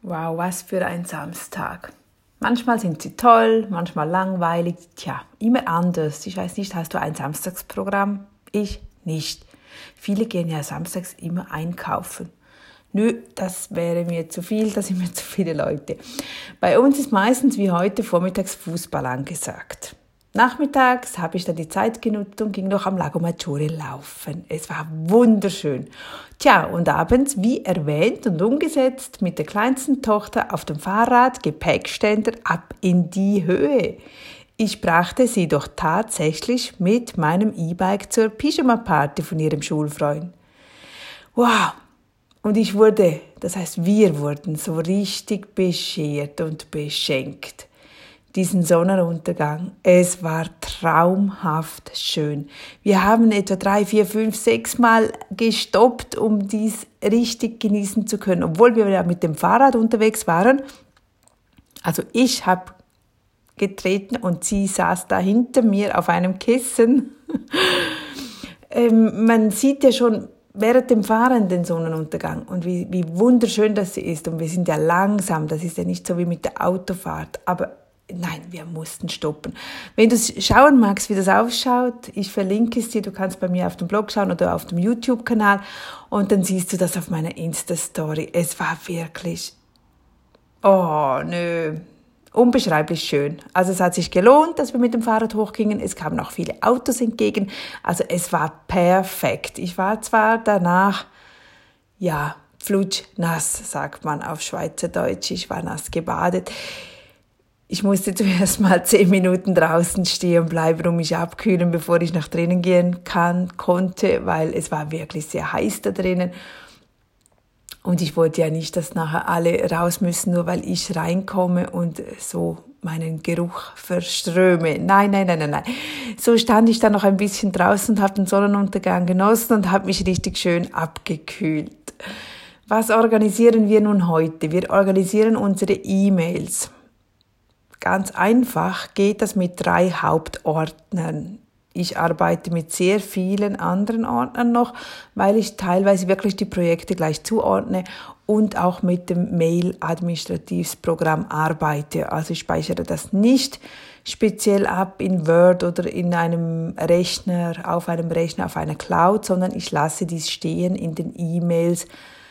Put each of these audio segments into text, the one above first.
Wow, was für ein Samstag. Manchmal sind sie toll, manchmal langweilig. Tja, immer anders. Ich weiß nicht, hast du ein Samstagsprogramm? Ich nicht. Viele gehen ja samstags immer einkaufen. Nö, das wäre mir zu viel, das sind mir zu viele Leute. Bei uns ist meistens wie heute vormittags Fußball angesagt. Nachmittags habe ich dann die Zeit genutzt und ging noch am Lago Maggiore laufen. Es war wunderschön. Tja, und abends, wie erwähnt und umgesetzt, mit der kleinsten Tochter auf dem Fahrrad, Gepäckständer ab in die Höhe. Ich brachte sie doch tatsächlich mit meinem E-Bike zur Pyjama-Party von ihrem Schulfreund. Wow! Und wir wurden so richtig beschert und beschenkt. Diesen Sonnenuntergang. Es war traumhaft schön. Wir haben etwa 3, 4, 5, 6 Mal gestoppt, um dies richtig genießen zu können. Obwohl wir ja mit dem Fahrrad unterwegs waren. Also ich habe getreten und sie saß da hinter mir auf einem Kissen. Man sieht ja schon während dem Fahren den Sonnenuntergang und wie wunderschön das ist. Und wir sind ja langsam, das ist ja nicht so wie mit der Autofahrt. Aber nein, wir mussten stoppen. Wenn du schauen magst, wie das ausschaut, ich verlinke es dir, du kannst bei mir auf dem Blog schauen oder auf dem YouTube-Kanal und dann siehst du das auf meiner Insta-Story. Es war wirklich, unbeschreiblich schön. Also es hat sich gelohnt, dass wir mit dem Fahrrad hochgingen. Es kamen auch viele Autos entgegen. Also es war perfekt. Ich war zwar danach, flutschnass, sagt man auf Schweizerdeutsch. Ich war nass gebadet. Ich musste zuerst mal 10 Minuten draußen stehen bleiben, um mich abkühlen, bevor ich nach drinnen gehen konnte, weil es war wirklich sehr heiß da drinnen. Und ich wollte ja nicht, dass nachher alle raus müssen, nur weil ich reinkomme und so meinen Geruch verströme. Nein. So stand ich dann noch ein bisschen draußen und habe den Sonnenuntergang genossen und habe mich richtig schön abgekühlt. Was organisieren wir nun heute? Wir organisieren unsere E-Mails. Ganz einfach geht das mit 3 Hauptordnern. Ich arbeite mit sehr vielen anderen Ordnern noch, weil ich teilweise wirklich die Projekte gleich zuordne und auch mit dem Mail-Administrativprogramm arbeite. Also ich speichere das nicht speziell ab in Word oder in einem Rechner, auf einer Cloud, sondern ich lasse dies stehen in den E-Mails,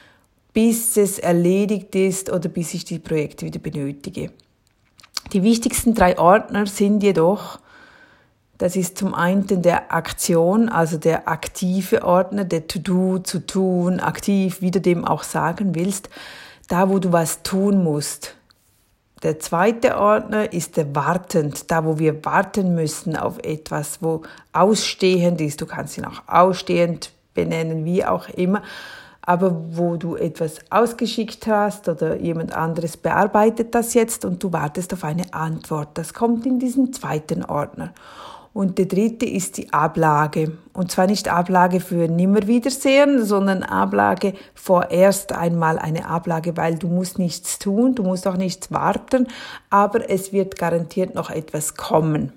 bis es erledigt ist oder bis ich die Projekte wieder benötige. Die wichtigsten 3 Ordner sind jedoch, das ist zum einen der Aktion, also der aktive Ordner, der To-Do, zu tun, aktiv, wie du dem auch sagen willst, da wo du was tun musst. Der zweite Ordner ist der wartend, da wo wir warten müssen auf etwas, wo ausstehend ist. Du kannst ihn auch ausstehend benennen, wie auch immer. Aber wo du etwas ausgeschickt hast oder jemand anderes bearbeitet das jetzt und du wartest auf eine Antwort. Das kommt in diesen zweiten Ordner. Und der dritte ist die Ablage. Und zwar nicht Ablage für Nimmerwiedersehen, sondern Ablage vorerst einmal eine Ablage, weil du musst nichts tun, du musst auch nichts warten, aber es wird garantiert noch etwas kommen.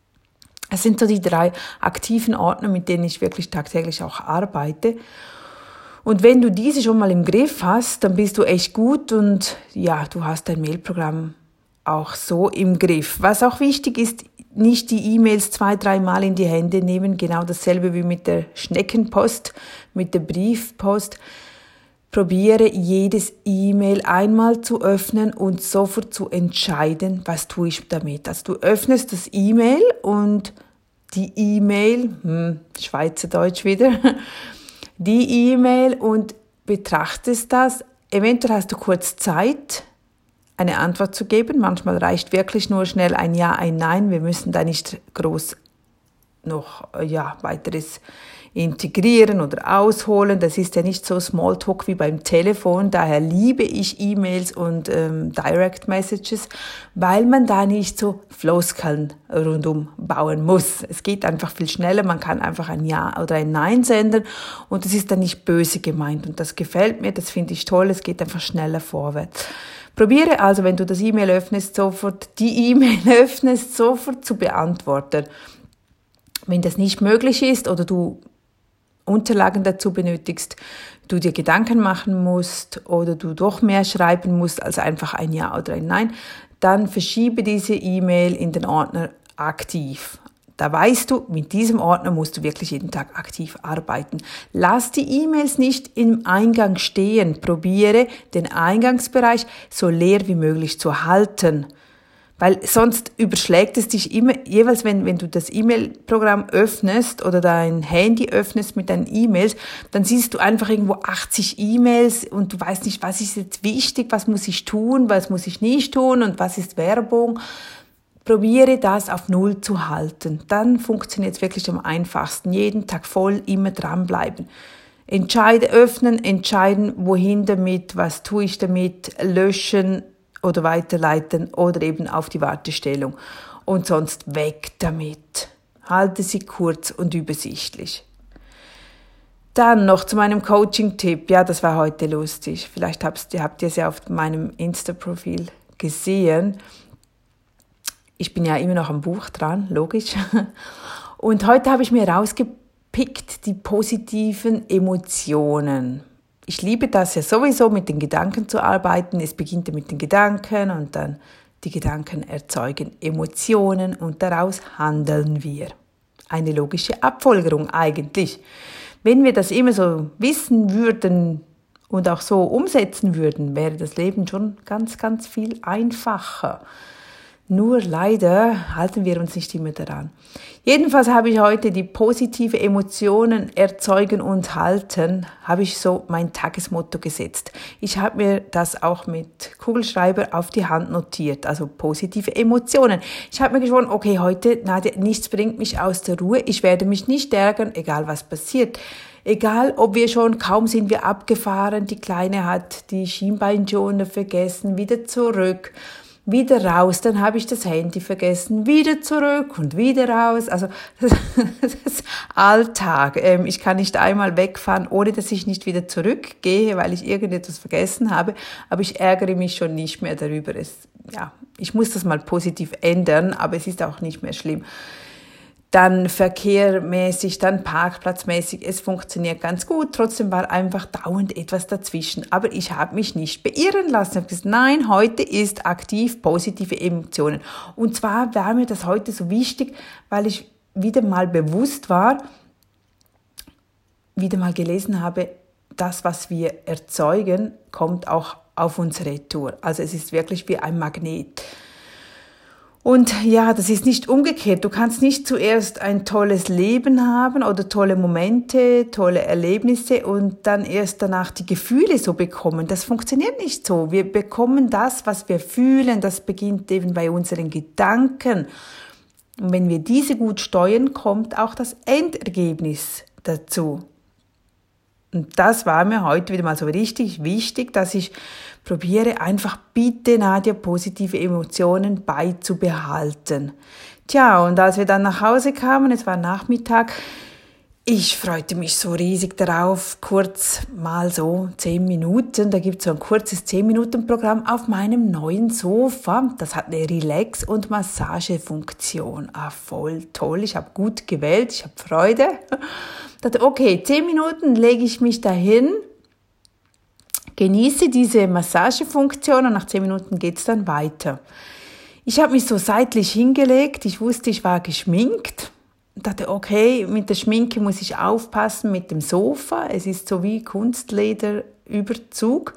Es sind so die 3 aktiven Ordner, mit denen ich wirklich tagtäglich auch arbeite. Und wenn du diese schon mal im Griff hast, dann bist du echt gut und du hast dein Mailprogramm auch so im Griff. Was auch wichtig ist, nicht die E-Mails 2-3 Mal in die Hände nehmen, genau dasselbe wie mit der Schneckenpost, mit der Briefpost. Probiere jedes E-Mail einmal zu öffnen und sofort zu entscheiden, was tue ich damit. Also du öffnest das E-Mail und die E-Mail, Schweizerdeutsch wieder, die E-Mail und betrachtest das. Eventuell hast du kurz Zeit, eine Antwort zu geben. Manchmal reicht wirklich nur schnell ein Ja, ein Nein. Wir müssen da nicht groß noch weiteres integrieren oder ausholen. Das ist ja nicht so Smalltalk wie beim Telefon. Daher liebe ich E-Mails und Direct Messages, weil man da nicht so Floskeln rundum bauen muss. Es geht einfach viel schneller. Man kann einfach ein Ja oder ein Nein senden und das ist dann nicht böse gemeint. Und das gefällt mir, das finde ich toll. Es geht einfach schneller vorwärts. Probiere also, wenn du das E-Mail öffnest, sofort zu beantworten. Wenn das nicht möglich ist oder du Unterlagen dazu benötigst, du dir Gedanken machen musst oder du doch mehr schreiben musst als einfach ein Ja oder ein Nein, dann verschiebe diese E-Mail in den Ordner aktiv. Da weißt du, mit diesem Ordner musst du wirklich jeden Tag aktiv arbeiten. Lass die E-Mails nicht im Eingang stehen. Probiere, den Eingangsbereich so leer wie möglich zu halten. Weil sonst überschlägt es dich immer, jeweils wenn du das E-Mail-Programm öffnest oder dein Handy öffnest mit deinen E-Mails, dann siehst du einfach irgendwo 80 E-Mails und du weißt nicht, was ist jetzt wichtig, was muss ich tun, was muss ich nicht tun und was ist Werbung. Probiere das auf 0 zu halten. Dann funktioniert es wirklich am einfachsten. Jeden Tag voll, immer dranbleiben. Entscheide, öffnen, entscheiden, wohin damit, was tue ich damit, löschen oder weiterleiten oder eben auf die Wartestellung. Und sonst weg damit. Halte sie kurz und übersichtlich. Dann noch zu meinem Coaching-Tipp. Ja, das war heute lustig. Vielleicht habt ihr es ja auf meinem Insta-Profil gesehen. Ich bin ja immer noch am Buch dran, logisch. Und heute habe ich mir rausgepickt die positiven Emotionen. Ich liebe das ja sowieso, mit den Gedanken zu arbeiten. Es beginnt ja mit den Gedanken und dann die Gedanken erzeugen Emotionen und daraus handeln wir. Eine logische Abfolgerung eigentlich. Wenn wir das immer so wissen würden und auch so umsetzen würden, wäre das Leben schon ganz, ganz viel einfacher. Nur leider halten wir uns nicht immer daran. Jedenfalls habe ich heute die positive Emotionen erzeugen und halten, habe ich so mein Tagesmotto gesetzt. Ich habe mir das auch mit Kugelschreiber auf die Hand notiert, also positive Emotionen. Ich habe mir geschworen, okay, heute, Nadja, nichts bringt mich aus der Ruhe, ich werde mich nicht ärgern, egal was passiert. Egal, ob wir schon, kaum sind wir abgefahren, die Kleine hat die Schienbeinschoner vergessen, wieder zurück. Wieder raus, dann habe ich das Handy vergessen, wieder zurück und wieder raus. Also das ist Alltag. Ich kann nicht einmal wegfahren, ohne dass ich nicht wieder zurückgehe, weil ich irgendetwas vergessen habe. Aber ich ärgere mich schon nicht mehr darüber. Ich muss das mal positiv ändern, aber es ist auch nicht mehr schlimm. Dann verkehrmäßig, dann parkplatzmäßig, es funktioniert ganz gut. Trotzdem war einfach dauernd etwas dazwischen. Aber ich habe mich nicht beirren lassen. Ich habe gesagt, nein, heute ist aktiv positive Emotionen. Und zwar war mir das heute so wichtig, weil ich wieder mal bewusst war, wieder mal gelesen habe, das, was wir erzeugen, kommt auch auf uns retour. Also es ist wirklich wie ein Magnet. Und ja, das ist nicht umgekehrt. Du kannst nicht zuerst ein tolles Leben haben oder tolle Momente, tolle Erlebnisse und dann erst danach die Gefühle so bekommen. Das funktioniert nicht so. Wir bekommen das, was wir fühlen. Das beginnt eben bei unseren Gedanken. Und wenn wir diese gut steuern, kommt auch das Endergebnis dazu. Und das war mir heute wieder mal so richtig wichtig, dass ich probiere einfach bitte, Nadja, positive Emotionen beizubehalten. Tja, und als wir dann nach Hause kamen, es war Nachmittag, ich freute mich so riesig darauf, kurz mal so 10 Minuten, da gibt es so ein kurzes 10-Minuten-Programm auf meinem neuen Sofa. Das hat eine Relax- und Massagefunktion. Voll toll, ich habe gut gewählt, ich habe Freude. Ich dachte, okay, 10 Minuten lege ich mich dahin, genieße diese Massagefunktion und nach 10 Minuten geht's dann weiter. Ich habe mich so seitlich hingelegt, ich wusste, ich war geschminkt. Ich dachte, okay, mit der Schminke muss ich aufpassen, mit dem Sofa. Es ist so wie Kunstlederüberzug.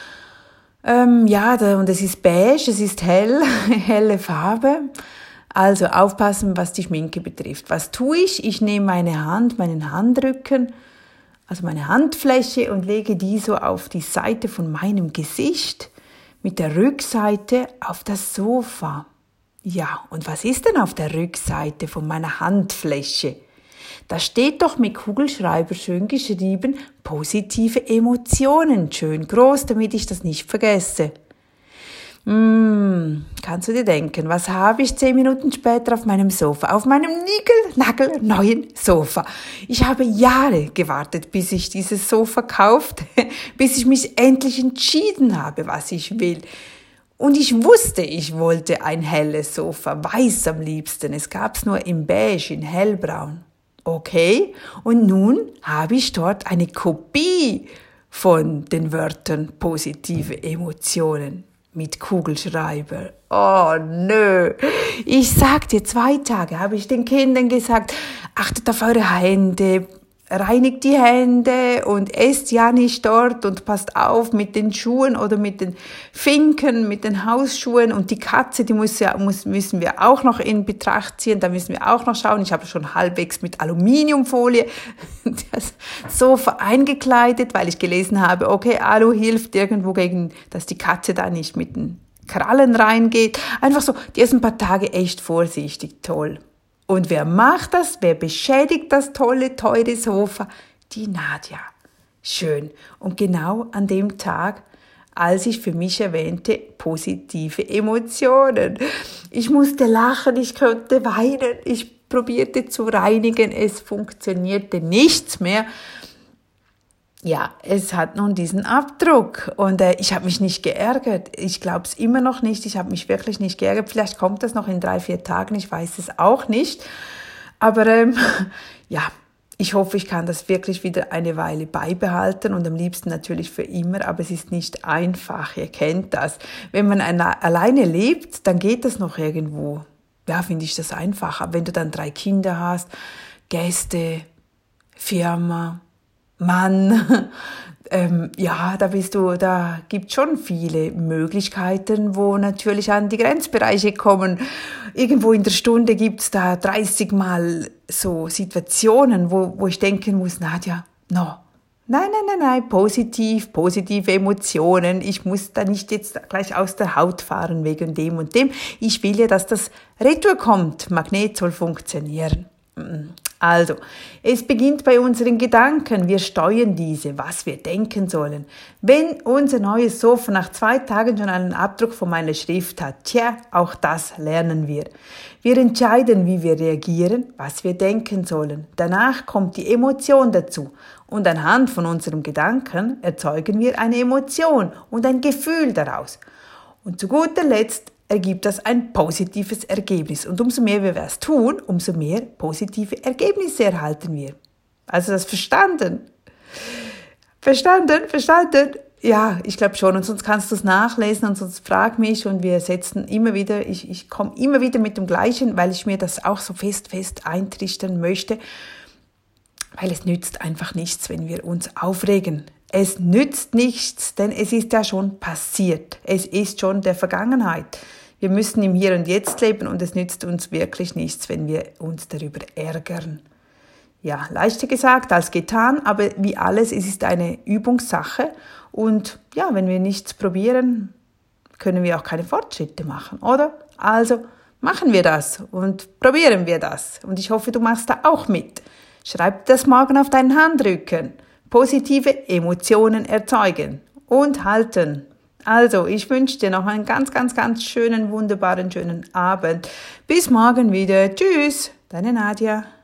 Und es ist beige, es ist hell, helle Farbe. Also aufpassen, was die Schminke betrifft. Was tue ich? Ich nehme meine Hand, meinen Handrücken, also meine Handfläche und lege die so auf die Seite von meinem Gesicht mit der Rückseite auf das Sofa. Ja, und was ist denn auf der Rückseite von meiner Handfläche? Da steht doch mit Kugelschreiber schön geschrieben, positive Emotionen, schön groß, damit ich das nicht vergesse. Kannst du dir denken, was habe ich 10 Minuten später auf meinem Sofa, auf meinem niegelnagelneuen Sofa? Ich habe Jahre gewartet, bis ich dieses Sofa kaufte, bis ich mich endlich entschieden habe, was ich will. Und ich wusste, ich wollte ein helles Sofa, weiß am liebsten. Es gab's nur in beige, in hellbraun. Okay, und nun habe ich dort eine Kopie von den Wörtern positive Emotionen mit Kugelschreiber. Oh, nö. Ich sag dir, 2 Tage habe ich den Kindern gesagt, achtet auf eure Hände, reinigt die Hände und esst ja nicht dort und passt auf mit den Schuhen oder mit den Finken, mit den Hausschuhen und die Katze, die müssen wir auch noch in Betracht ziehen, da müssen wir auch noch schauen. Ich habe schon halbwegs mit Aluminiumfolie das Sofa eingekleidet, weil ich gelesen habe, okay, Alu hilft irgendwo gegen, dass die Katze da nicht mit den Krallen reingeht. Einfach so, die ersten paar Tage echt vorsichtig, toll. Und wer macht das? Wer beschädigt das tolle, teure Sofa? Die Nadja. Schön. Und genau an dem Tag, als ich für mich erwähnte, positive Emotionen. Ich musste lachen, ich konnte weinen, ich probierte zu reinigen, es funktionierte nichts mehr. Ja, es hat nun diesen Abdruck und ich habe mich nicht geärgert. Ich glaube es immer noch nicht. Ich habe mich wirklich nicht geärgert. Vielleicht kommt das noch in 3-4 Tagen. Ich weiß es auch nicht. Aber ja, ich hoffe, ich kann das wirklich wieder eine Weile beibehalten und am liebsten natürlich für immer. Aber es ist nicht einfach. Ihr kennt das. Wenn man alleine lebt, dann geht das noch irgendwo. Ja, finde ich das einfacher. Wenn du dann 3 Kinder hast, Gäste, Firma, Mann, ja, da gibt's schon viele Möglichkeiten, wo natürlich an die Grenzbereiche kommen. Irgendwo in der Stunde gibt's da 30 Mal so Situationen, wo ich denken muss, Nadja, no. Nein, positive Emotionen. Ich muss da nicht jetzt gleich aus der Haut fahren wegen dem und dem. Ich will ja, dass das Retour kommt. Magnet soll funktionieren. Also, es beginnt bei unseren Gedanken. Wir steuern diese, was wir denken sollen. Wenn unser neues Sofa nach 2 Tagen schon einen Abdruck von meiner Schrift hat, tja, auch das lernen wir. Wir entscheiden, wie wir reagieren, was wir denken sollen. Danach kommt die Emotion dazu. Und anhand von unserem Gedanken erzeugen wir eine Emotion und ein Gefühl daraus. Und zu guter Letzt ergibt das ein positives Ergebnis. Und umso mehr wir es tun, umso mehr positive Ergebnisse erhalten wir. Also das verstanden? Verstanden? Ja, ich glaube schon. Und sonst kannst du es nachlesen und sonst frag mich und wir setzen immer wieder, ich komme immer wieder mit dem Gleichen, weil ich mir das auch so fest eintrichtern möchte, weil es nützt einfach nichts, wenn wir uns aufregen. Es nützt nichts, denn es ist ja schon passiert. Es ist schon der Vergangenheit. Wir müssen im Hier und Jetzt leben und es nützt uns wirklich nichts, wenn wir uns darüber ärgern. Ja, leichter gesagt als getan, aber wie alles, es ist eine Übungssache. Und ja, wenn wir nichts probieren, können wir auch keine Fortschritte machen, oder? Also machen wir das und probieren wir das. Und ich hoffe, du machst da auch mit. Schreib das morgen auf deinen Handrücken. Positive Emotionen erzeugen und halten. Also, ich wünsche dir noch einen ganz schönen, wunderbaren, schönen Abend. Bis morgen wieder. Tschüss, deine Nadja.